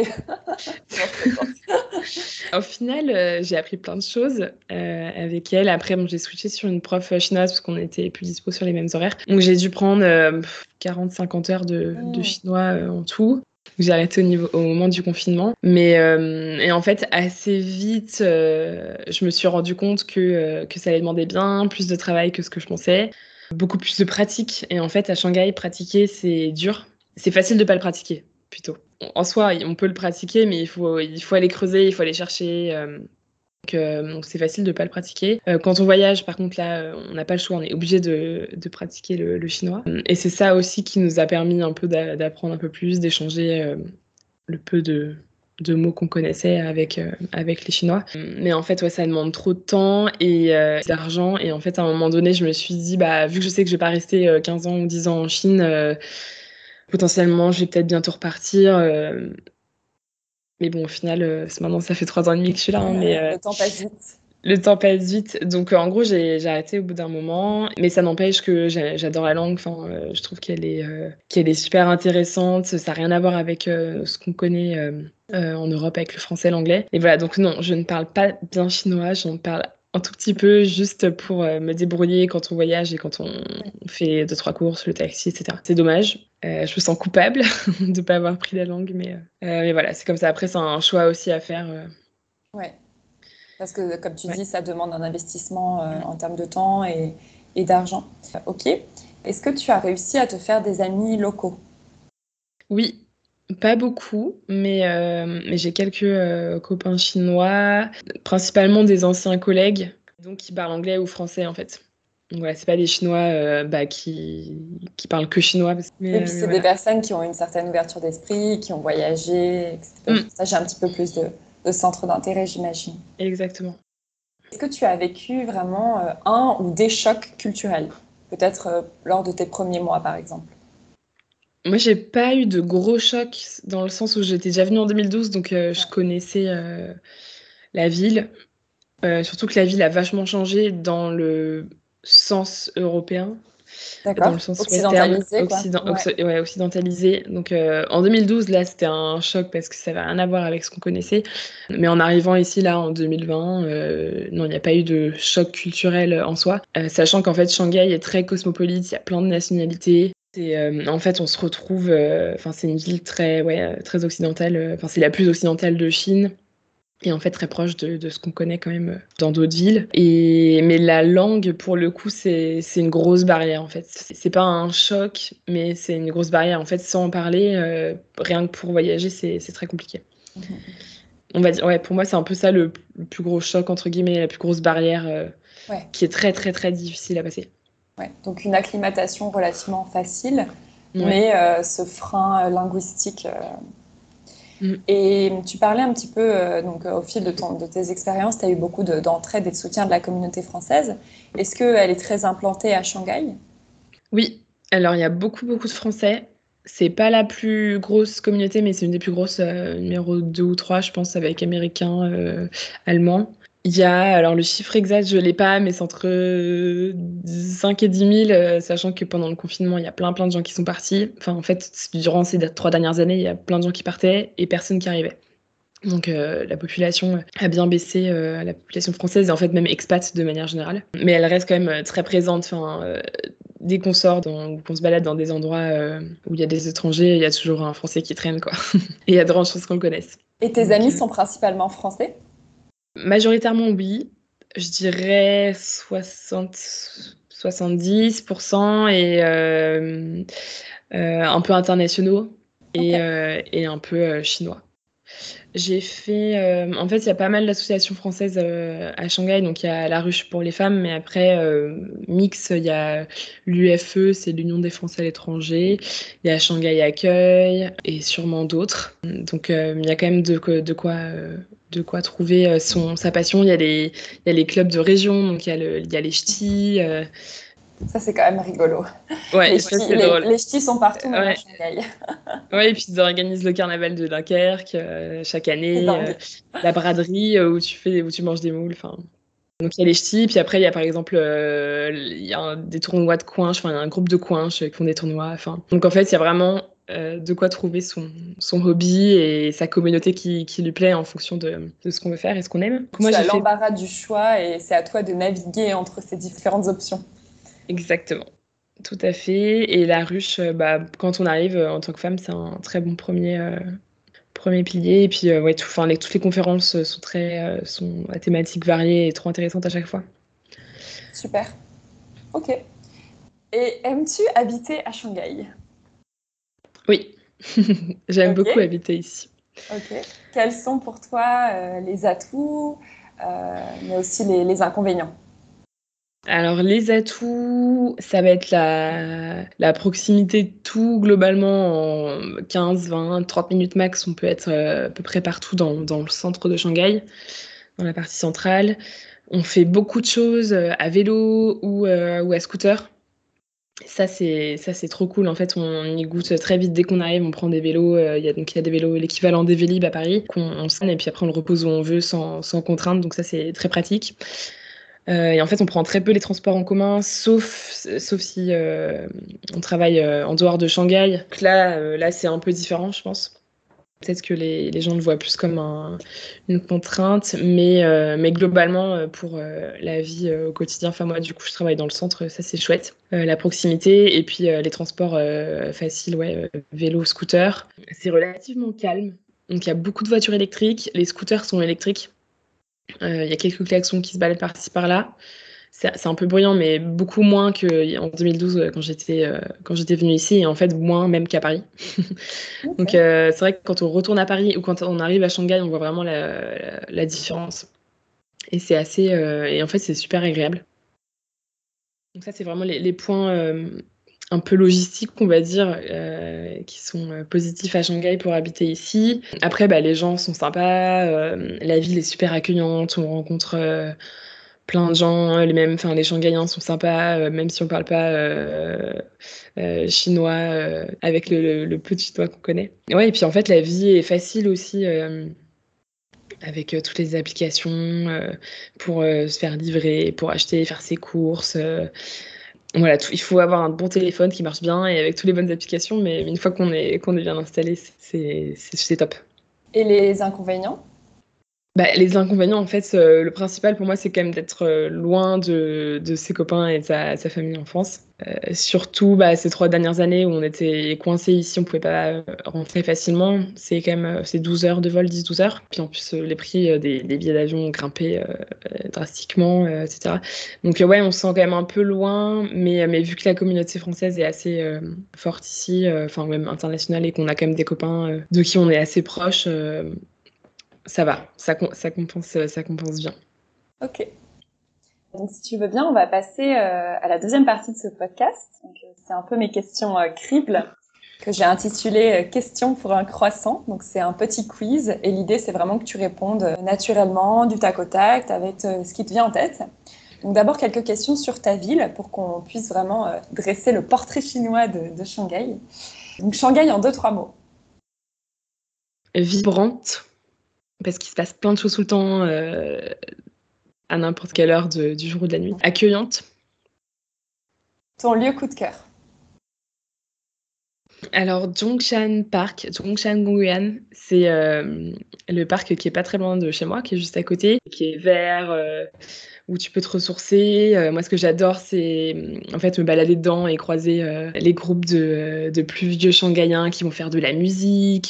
Au final, j'ai appris plein de choses avec elle. Après, bon, j'ai switché sur une prof chinoise parce qu'on était plus dispo sur les mêmes horaires. Donc j'ai dû prendre 40-50 heures de chinois en tout. J'ai arrêté au moment du confinement. Et en fait, assez vite, je me suis rendu compte que ça allait demander bien plus de travail que ce que je pensais. Beaucoup plus de pratique. Et en fait, à Shanghai, pratiquer, c'est dur. C'est facile de pas le pratiquer, plutôt. En soi, on peut le pratiquer, mais il faut aller creuser, il faut aller chercher. Donc c'est facile de pas le pratiquer. Quand on voyage, par contre, là, on n'a pas le choix, on est obligé de pratiquer le chinois. Et c'est ça aussi qui nous a permis un peu d'apprendre un peu plus, d'échanger le peu de mots qu'on connaissait avec les Chinois. Mais en fait, ouais, ça demande trop de temps et d'argent. Et en fait, à un moment donné, je me suis dit, vu que je sais que je vais pas rester 15 ans ou 10 ans en Chine, potentiellement, je vais peut-être bientôt repartir. Mais bon, au final, maintenant, ça fait 3 ans et demi que je suis là. Le temps passe vite. Le temps passe vite. Donc, en gros, j'ai arrêté au bout d'un moment. Mais ça n'empêche que j'adore la langue. Enfin, je trouve qu'elle est super intéressante. Ça n'a rien à voir avec ce qu'on connaît en Europe avec le français et l'anglais. Et voilà, donc non, je ne parle pas bien chinois. J'en parle un tout petit peu juste pour me débrouiller quand on voyage et quand on fait 2-3 courses, le taxi, etc. C'est dommage. Je me sens coupable de ne pas avoir pris la langue. Mais voilà, c'est comme ça. Après, c'est un choix aussi à faire. Ouais. Parce que, comme tu Ouais. dis, ça demande un investissement en termes de temps et d'argent. Ok. Est-ce que tu as réussi à te faire des amis locaux? Oui, pas beaucoup, mais j'ai quelques copains chinois, principalement des anciens collègues, donc qui parlent anglais ou français en fait. Donc voilà, c'est pas des Chinois qui parlent que chinois. Et puis, Mais c'est des voilà. personnes qui ont une certaine ouverture d'esprit, qui ont voyagé, etc. Ça, j'ai un petit peu plus de centre d'intérêt, j'imagine. Exactement. Est-ce que tu as vécu vraiment un ou des chocs culturels? Peut-être lors de tes premiers mois, par exemple. Moi, j'ai pas eu de gros chocs dans le sens où j'étais déjà venue en 2012, donc je Ouais. connaissais la ville. Surtout que la ville a vachement changé dans le sens européen. Dans le D'accord. sens western, Occidentalisé, quoi. Ouais. ouais, occidentalisé. Donc en 2012, là, c'était un choc parce que ça n'avait rien à voir avec ce qu'on connaissait. Mais en arrivant ici, là, en 2020, non, il n'y a pas eu de choc culturel en soi. Sachant qu'en fait, Shanghai est très cosmopolite, il y a plein de nationalités. En fait, on se retrouve. Enfin, c'est une ville très, ouais, très occidentale. Enfin, c'est la plus occidentale de Chine. Et en fait, très proche de ce qu'on connaît quand même dans d'autres villes. Mais la langue, pour le coup, c'est une grosse barrière, en fait. C'est pas un choc, mais c'est une grosse barrière. En fait, sans en parler, rien que pour voyager, c'est très compliqué. On va dire, ouais, pour moi, c'est un peu ça le plus gros choc, entre guillemets, la plus grosse barrière Ouais. qui est très, très, très difficile à passer. Ouais. Donc, une acclimatation relativement facile, Ouais. mais ce frein linguistique. Mm. Et tu parlais un petit peu, au fil de tes expériences, tu as eu beaucoup d'entraide et de soutien de la communauté française. Est-ce qu'elle est très implantée à Shanghai? Oui, alors il y a beaucoup, beaucoup de Français. C'est pas la plus grosse communauté, mais c'est une des plus grosses, numéro 2 ou 3, je pense, avec Américains, Allemands. Il y a, alors le chiffre exact, je l'ai pas, mais c'est entre 5 et 10 000, sachant que pendant le confinement, il y a plein, plein de gens qui sont partis. Enfin, en fait, durant ces 3 dernières années, il y a plein de gens qui partaient et personne qui arrivait. Donc la population a bien baissé, la population française et en fait même expat de manière générale. Mais elle reste quand même très présente. Enfin, dès qu'on sort, ou qu'on se balade dans des endroits où il y a des étrangers, il y a toujours un Français qui traîne, quoi. Et il y a de grandes chances qu'on le connaisse. Et tes amis sont principalement français? Majoritairement, oui. Je dirais 70% et un peu internationaux et un peu chinois. J'ai fait, en fait, il y a pas mal d'associations françaises à Shanghai. Donc, il y a La Ruche pour les femmes, mais après, mix, il y a l'UFE, c'est l'Union des Français à l'étranger. Il y a Shanghai Accueil et sûrement d'autres. Donc, il y a quand même de quoi trouver sa passion. Il y a les clubs de région, donc il y a les ch'tis. Ça, c'est quand même rigolo. Ouais, ça, c'est drôle. Les ch'tis sont partout, même Ouais. à Shanghai. Ouais, et puis ils organisent le carnaval de Dunkerque chaque année, la braderie où tu manges des moules. Enfin, donc il y a les ch'tis, puis après il y a par exemple il y a des tournois de quinche, enfin il y a un groupe de quinche qui font des tournois. Enfin, donc en fait il y a vraiment de quoi trouver son hobby et sa communauté qui lui plaît en fonction de ce qu'on veut faire et ce qu'on aime. Tu as l'embarras du choix et c'est à toi de naviguer entre ces différentes options. Exactement. Tout à fait. Et La Ruche, quand on arrive en tant que femme, c'est un très bon premier pilier. Et puis, ouais, toutes les conférences sont à thématiques variées et trop intéressantes à chaque fois. Super. Ok. Et aimes-tu habiter à Shanghai? Oui, j'aime beaucoup habiter ici. Ok. Quels sont pour toi les atouts, mais aussi les inconvénients? Alors, les atouts, ça va être la proximité de tout. Globalement, en 15, 20, 30 minutes max, on peut être à peu près partout dans le centre de Shanghai, dans la partie centrale. On fait beaucoup de choses à vélo ou à scooter. Ça, c'est trop cool. En fait, on y goûte très vite. Dès qu'on arrive, on prend des vélos. Il y a des vélos, l'équivalent des Vélib à Paris, qu'on sonne et puis après, on le repose où on veut sans contrainte. Donc ça, c'est très pratique. Et en fait, on prend très peu les transports en commun, sauf si on travaille en dehors de Shanghai. Donc là, c'est un peu différent, je pense. Peut-être que les gens le voient plus comme une contrainte, mais globalement, pour la vie au quotidien, enfin moi, du coup, je travaille dans le centre, ça c'est chouette. La proximité et puis les transports faciles, ouais, vélo, scooter. C'est relativement calme. Donc il y a beaucoup de voitures électriques, les scooters sont électriques. Il y a quelques klaxons qui se baladent par-ci par-là. C'est un peu bruyant, mais beaucoup moins qu'en 2012 quand j'étais venue ici, et en fait moins même qu'à Paris. Okay. Donc c'est vrai que quand on retourne à Paris ou quand on arrive à Shanghai, on voit vraiment la différence. Et c'est assez et en fait c'est super agréable. Donc ça c'est vraiment les points un peu logistiques, on va dire, qui sont positifs à Shanghai pour habiter ici. Après, les gens sont sympas, la ville est super accueillante, on rencontre plein de gens, les Shanghaïens sont sympas, même si on parle pas chinois, avec le peu de chinois qu'on connaît. Ouais, et puis en fait, la vie est facile aussi, avec toutes les applications pour se faire livrer, pour acheter, faire ses courses. Voilà, il faut avoir un bon téléphone qui marche bien et avec toutes les bonnes applications, mais une fois qu'on est bien installé, c'est top. Et les inconvénients? Les inconvénients, en fait, le principal pour moi, c'est quand même d'être loin de ses copains et de sa famille en France. Surtout ces 3 dernières années où on était coincés ici, on pouvait pas rentrer facilement. C'est quand même c'est 12 heures de vol, 10-12 heures. Puis en plus, les prix des billets d'avion ont grimpé drastiquement, etc. Donc ouais, on se sent quand même un peu loin, mais vu que la communauté française est assez forte ici, enfin même internationale, et qu'on a quand même des copains de qui on est assez proche, ça va, ça compense bien. Ok. Donc, si tu veux bien, on va passer à la deuxième partie de ce podcast. Donc, c'est un peu mes questions cribles que j'ai intitulées Questions pour un croissant. Donc, c'est un petit quiz et l'idée, c'est vraiment que tu répondes naturellement, du tac au tac, avec ce qui te vient en tête. Donc, d'abord, quelques questions sur ta ville pour qu'on puisse vraiment dresser le portrait chinois de Shanghai. Donc, Shanghai en 2-3 mots. Vibrante, parce qu'il se passe plein de choses tout le temps, à n'importe quelle heure du jour ou de la nuit. Accueillante. Ton lieu coup de cœur. Alors, Zhongshan Park, Zhongshan Gongguan, c'est le parc qui est pas très loin de chez moi, qui est juste à côté, qui est vert, où tu peux te ressourcer. Moi, ce que j'adore, c'est en fait me balader dedans et croiser les groupes de plus vieux Shanghaïens qui vont faire de la musique,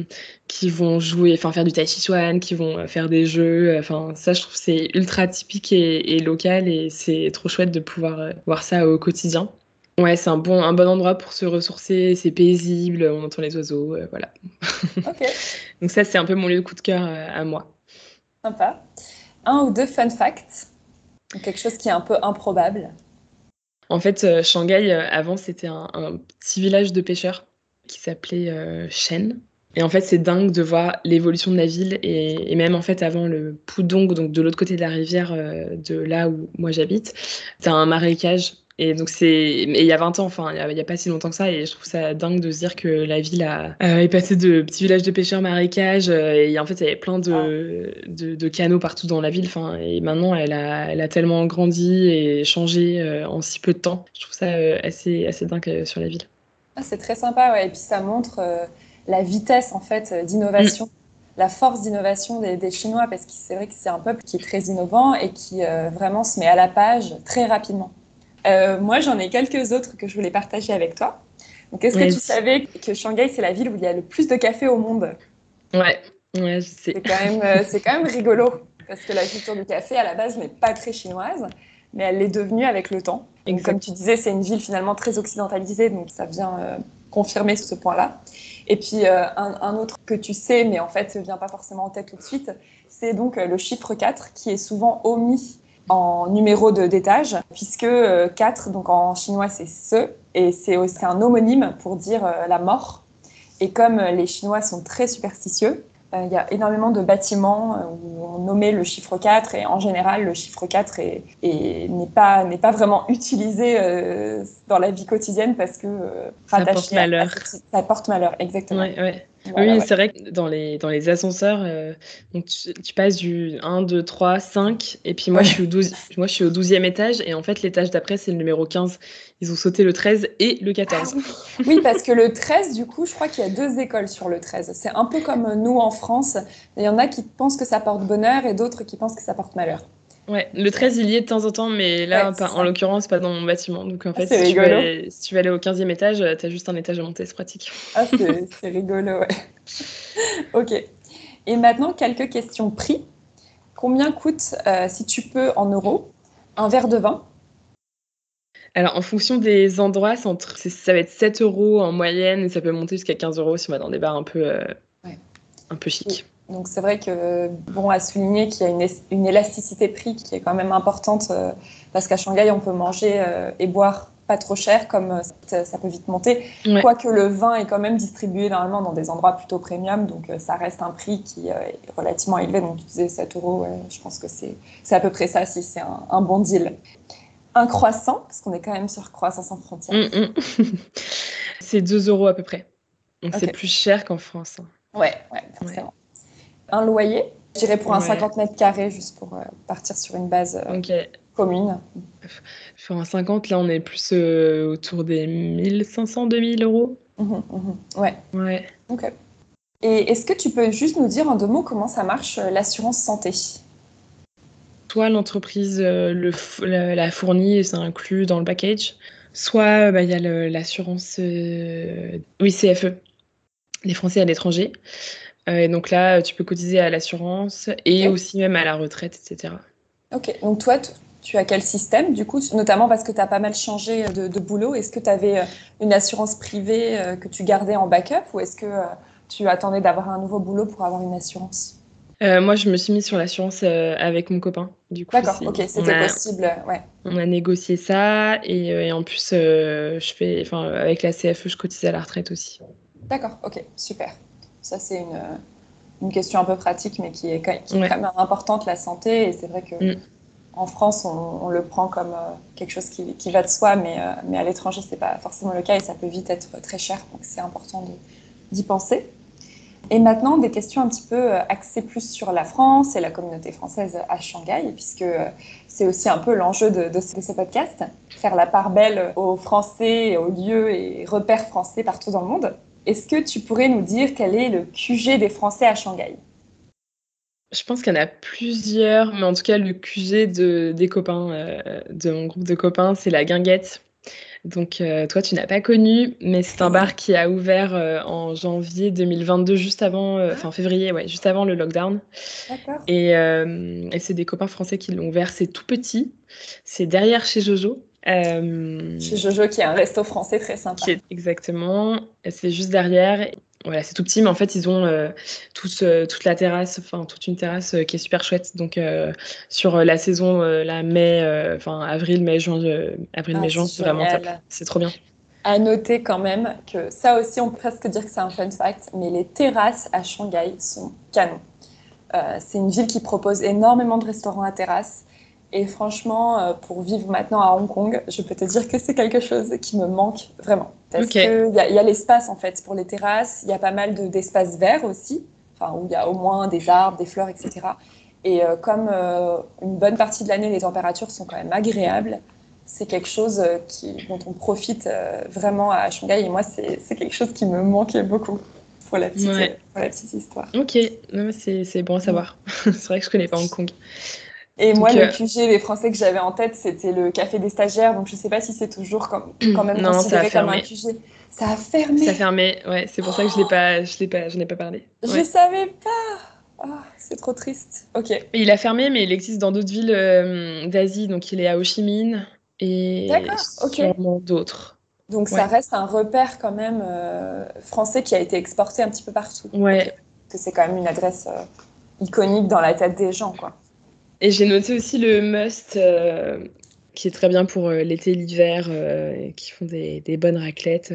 qui vont jouer, enfin faire du tai chi chuan, qui vont faire des jeux. Enfin, ça, je trouve que c'est ultra typique et local et c'est trop chouette de pouvoir voir ça au quotidien. Ouais, c'est un bon endroit pour se ressourcer, c'est paisible, on entend les oiseaux, voilà. Ok, Donc ça, c'est un peu mon lieu de coup de cœur à moi. sympa. Un ou deux fun facts, donc quelque chose qui est un peu improbable. En fait, Shanghai, avant, c'était un petit village de pêcheurs qui s'appelait Shen. Et en fait, c'est dingue de voir l'évolution de la ville et même en fait, avant le Pudong, donc de l'autre côté de la rivière, de là où moi j'habite, c'est un marécage. Et donc mais il y a 20 ans, enfin, il y a pas si longtemps que ça, et je trouve ça dingue de se dire que la ville est passée de petit village de pêcheurs marécage, et en fait, il y avait plein Ah, de canaux partout dans la ville, enfin, et maintenant, elle a tellement grandi et changé en si peu de temps. Je trouve ça assez dingue sur la ville. ah, c'est très sympa, ouais. Et puis ça montre la vitesse en fait Mm, d'innovation, la force d'innovation des Chinois, parce que c'est vrai que c'est un peuple qui est très innovant et qui vraiment se met à la page très rapidement. Moi, j'en ai quelques autres que je voulais partager avec toi. Donc, est-ce que tu vas-y. savais que Shanghai, c'est la ville où il y a le plus de café au monde? Ouais, ouais, je sais. C'est quand même rigolo, parce que la culture du café, à la base, n'est pas très chinoise, mais elle l'est devenue avec le temps. Donc, comme Exact. tu disais, c'est une ville finalement très occidentalisée, donc ça vient confirmer ce point-là. Et puis, un autre que tu sais, mais en fait, ne vient pas forcément en tête tout de suite, c'est donc le chiffre 4, qui est souvent omis en numéro d'étage, puisque 4, donc en chinois, c'est ce, et c'est aussi un homonyme pour dire la mort. Et comme les Chinois sont très superstitieux, il y a énormément de bâtiments où on nommait le chiffre 4 et en général le chiffre 4 n'est pas vraiment utilisé dans la vie quotidienne parce que Ça porte rattaché à malheur. ça porte malheur, exactement. Ouais, ouais. Voilà, Oui, ouais. c'est vrai que dans les ascenseurs, donc tu passes du 1, 2, 3, 5, et puis moi je suis Ouais. moi je suis au 12e étage, et en fait l'étage d'après c'est le numéro 15. Ils ont sauté le 13 et le Ah 14. oui. Oui, parce que le 13, du coup, je crois qu'il y a deux écoles sur le 13. C'est un peu comme nous en France. Il y en a qui pensent que ça porte bonheur et d'autres qui pensent que ça porte malheur. Ouais, Donc, le 13 il y est de temps en temps, mais ouais, là, c'est en ça. l'occurrence, pas dans mon bâtiment. Donc en Ah, fait, c'est rigolo. si tu veux aller au 15e étage, t'as juste un étage à monter, c'est pratique. Ah, c'est rigolo, ouais. Ok. Et maintenant, quelques questions prix. Combien coûte, si tu peux, en euros, un verre de vin? Alors, en fonction des endroits, ça va être 7 euros en moyenne, et ça peut monter jusqu'à 15 euros si on va dans des bars Ouais. un peu Et chics. donc, c'est vrai que, bon, à souligner qu'il y a une élasticité prix qui est quand même importante, parce qu'à Shanghai, on peut manger et boire pas trop cher, comme ça peut vite monter. Ouais, Quoique le vin est quand même distribué normalement dans des endroits plutôt premium, donc ça reste un prix qui est relativement élevé. Donc, tu disais 7 euros, ouais, je pense que c'est à peu près ça si c'est un bon deal. Un croissant, parce qu'on est quand même sur Croissance sans frontières. mm, mm. C'est 2 euros à peu près. Donc c'est Ok. plus cher qu'en France, hein. Ouais, ouais, Ouais, forcément. Un loyer, je dirais pour un ouais, 50 mètres carrés, juste pour partir sur une base ok. commune. Sur un 50, là, on est plus autour des 1500, 2000 euros. Mhm, mhm. Ouais, Ouais. ok. Et est-ce que tu peux juste nous dire en deux mots comment ça marche l'assurance santé? Soit l'entreprise la fournit et c'est inclus dans le package, soit bah, il y a l'assurance, oui, CFE, les Français à l'étranger. Et donc là, tu peux cotiser à l'assurance et Ok. aussi même à la retraite, etc. Ok. Donc toi, tu as quel système du coup, notamment parce que tu as pas mal changé de boulot. Est-ce que tu avais une assurance privée que tu gardais en backup ou est-ce que tu attendais d'avoir un nouveau boulot pour avoir une assurance? Moi, je me suis mise sur l'assurance avec mon copain. Du coup, D'accord, ok, c'était possible, ouais. on a négocié ça et en plus, avec la CFE, je cotise à la retraite aussi. D'accord, ok, super. Ça, c'est une question un peu pratique, mais qui est quand Ouais. même importante, la santé. Et c'est vrai que Mm. en France, on le prend comme quelque chose qui va de soi, mais à l'étranger, c'est pas forcément le cas et ça peut vite être très cher. Donc, c'est important d'y penser. Et maintenant, des questions un petit peu axées plus sur la France et la communauté française à Shanghai, puisque c'est aussi un peu l'enjeu de ce podcast, faire la part belle aux Français, aux lieux et repères français partout dans le monde. Est-ce que tu pourrais nous dire quel est le QG des Français à Shanghai? Je pense qu'il y en a plusieurs, mais en tout cas, le QG des copains, de mon groupe de copains, c'est la Guinguette. Donc, toi, tu n'as pas connu, mais c'est un bar qui a ouvert en janvier 2022, juste avant, enfin février, ouais, juste avant le lockdown. D'accord. Et c'est des copains français qui l'ont ouvert. C'est tout petit. C'est derrière chez Jojo. Chez Jojo, qui est un resto français très sympa. Exactement. C'est juste derrière. Voilà, c'est tout petit, mais en fait, ils ont toute la terrasse, enfin, toute une terrasse qui est super chouette. Donc, sur la saison, la mai, enfin, avril, mai, juin, avril-mai-juin, c'est vraiment top. C'est trop bien. À noter quand même que ça aussi, on peut presque dire que c'est un fun fact, mais les terrasses à Shanghai sont canons. C'est une ville qui propose énormément de restaurants à terrasse. Et franchement, pour vivre maintenant à Hong Kong, je peux te dire que c'est quelque chose qui me manque vraiment. Parce qu'il y a l'espace en fait pour les terrasses, il y a pas mal d'espaces verts aussi, enfin, où il y a au moins des arbres, des fleurs, etc. Et comme une bonne partie de l'année, les températures sont quand même agréables, c'est quelque chose dont on profite vraiment à Shanghai. Et moi, c'est quelque chose qui me manquait beaucoup pour la petite histoire. Ok, non, c'est bon à savoir. C'est vrai que je connais pas Hong Kong. Et donc, moi, le QG des Français que j'avais en tête, c'était le Café des Stagiaires. Donc, je sais pas si c'est toujours quand même non, considéré comme un QG. Ça a fermé. Ça a fermé, ouais. C'est pour ça que je n'ai pas parlé. Ouais. Je savais pas. Oh, c'est trop triste. Ok. Et il a fermé, mais il existe dans d'autres villes d'Asie. Donc, il est à Ho Chi Minh et sûrement d'autres. Donc, ça reste un repère quand même français qui a été exporté un petit peu partout. Ouais. Okay. Que c'est quand même une adresse iconique dans la tête des gens, quoi. Et j'ai noté aussi le Must, qui est très bien pour l'été et l'hiver, qui font des bonnes raclettes.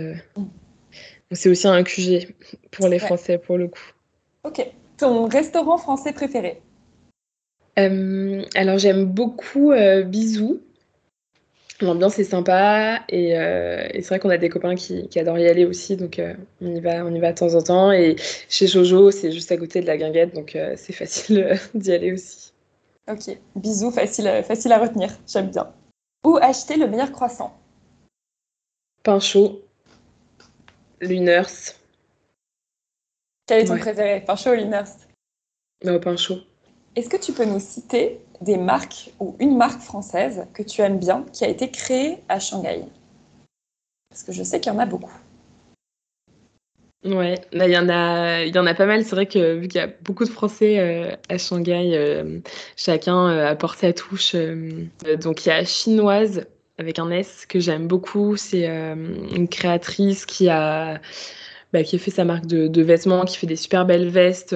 C'est aussi un QG pour les Français, pour le coup. Ok. Ton restaurant français préféré? Alors, j'aime beaucoup Bisous. L'ambiance est sympa et c'est vrai qu'on a des copains qui adorent y aller aussi, donc on y va de temps en temps. Et chez Jojo, c'est juste à côté de la Guinguette, donc c'est facile d'y aller aussi. Ok, Bisous, facile à retenir, j'aime bien. Où acheter le meilleur croissant? Pain chaud, Luners. Quel est ton préféré, pain chaud ou Luners? Pain chaud. Est-ce que tu peux nous citer des marques ou une marque française que tu aimes bien qui a été créée à Shanghai? Parce que je sais qu'il y en a beaucoup. Ouais, là, il y en a pas mal. C'est vrai que vu qu'il y a beaucoup de Français à Shanghai, chacun apporte sa touche. Donc, il y a Chinoise avec un S que j'aime beaucoup. C'est une créatrice qui a fait sa marque de vêtements, qui fait des super belles vestes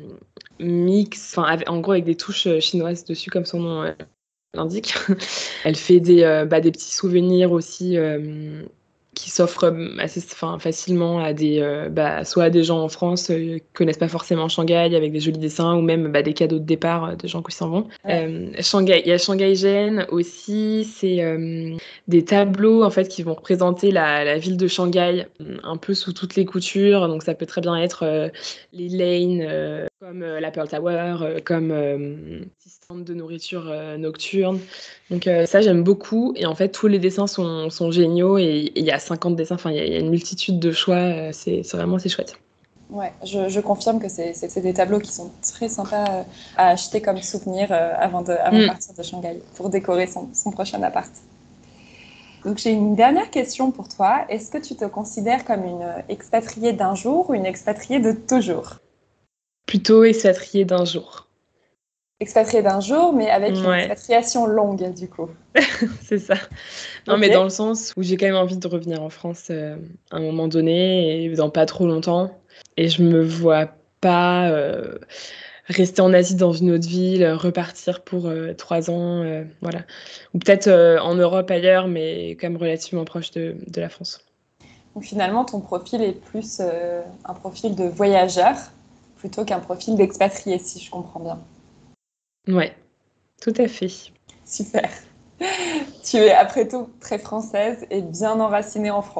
mix, en gros avec des touches chinoises dessus, comme son nom l'indique. Elle fait des petits souvenirs aussi qui s'offrent assez facilement à soit à des gens en France qui connaissent pas forcément Shanghai, avec des jolis dessins, ou même des cadeaux de départ de gens qui s'en vont. Shanghai, il y a Shanghai Gen aussi, c'est des tableaux en fait qui vont représenter la ville de Shanghai un peu sous toutes les coutures. Donc ça peut très bien être les lanes comme la Pearl Tower, comme petits stands de nourriture nocturne. Donc ça j'aime beaucoup, et en fait tous les dessins sont géniaux, et il y a 50 dessins, enfin il y a une multitude de choix, c'est chouette. Ouais, je confirme que c'est des tableaux qui sont très sympas à acheter comme souvenir avant de partir de Shanghai pour décorer son prochain appart. Donc j'ai une dernière question pour toi. Est-ce que tu te considères comme une expatriée d'un jour ou une expatriée de toujours? Plutôt expatriée d'un jour. Expatriée d'un jour, mais avec une expatriation longue, du coup. C'est ça. Non, mais dans le sens où j'ai quand même envie de revenir en France à un moment donné, et dans pas trop longtemps. Et je me vois pas rester en Asie dans une autre ville, repartir pour 3 ans, voilà. Ou peut-être en Europe ailleurs, mais quand même relativement proche de la France. Donc finalement, ton profil est plus un profil de voyageur plutôt qu'un profil d'expatrié, si je comprends bien. Ouais, tout à fait. Super. Tu es après tout très française et bien enracinée en France.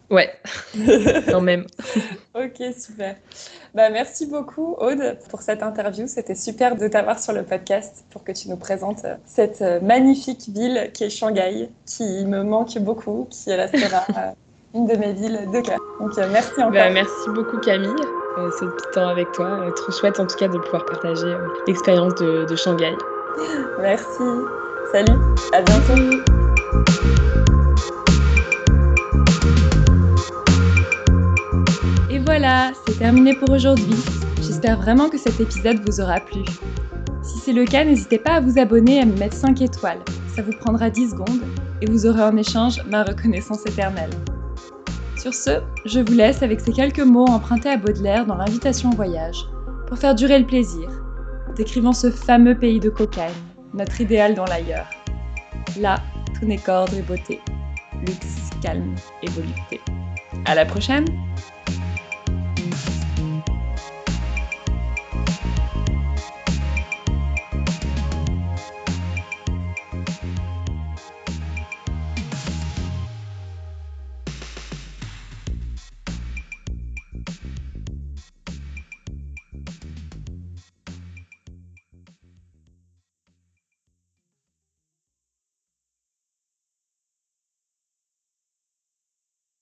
Ouais, quand même. Ok, super. Bah, merci beaucoup, Aude, pour cette interview. C'était super de t'avoir sur le podcast pour que tu nous présentes cette magnifique ville qui est Shanghai, qui me manque beaucoup, qui restera une de mes villes de cœur. Donc, merci encore. Merci beaucoup Camille, ce petit temps avec toi. Trop chouette en tout cas de pouvoir partager l'expérience de Shanghai. Merci. Salut, à bientôt. Et voilà, c'est terminé pour aujourd'hui. J'espère vraiment que cet épisode vous aura plu. Si c'est le cas, n'hésitez pas à vous abonner et à me mettre 5 étoiles. Ça vous prendra 10 secondes et vous aurez en échange ma reconnaissance éternelle. Sur ce, je vous laisse avec ces quelques mots empruntés à Baudelaire dans l'Invitation au voyage, pour faire durer le plaisir, décrivant ce fameux pays de cocagne, notre idéal dans l'ailleurs. Là, tout n'est qu'ordre et beauté, luxe, calme et volupté. À la prochaine!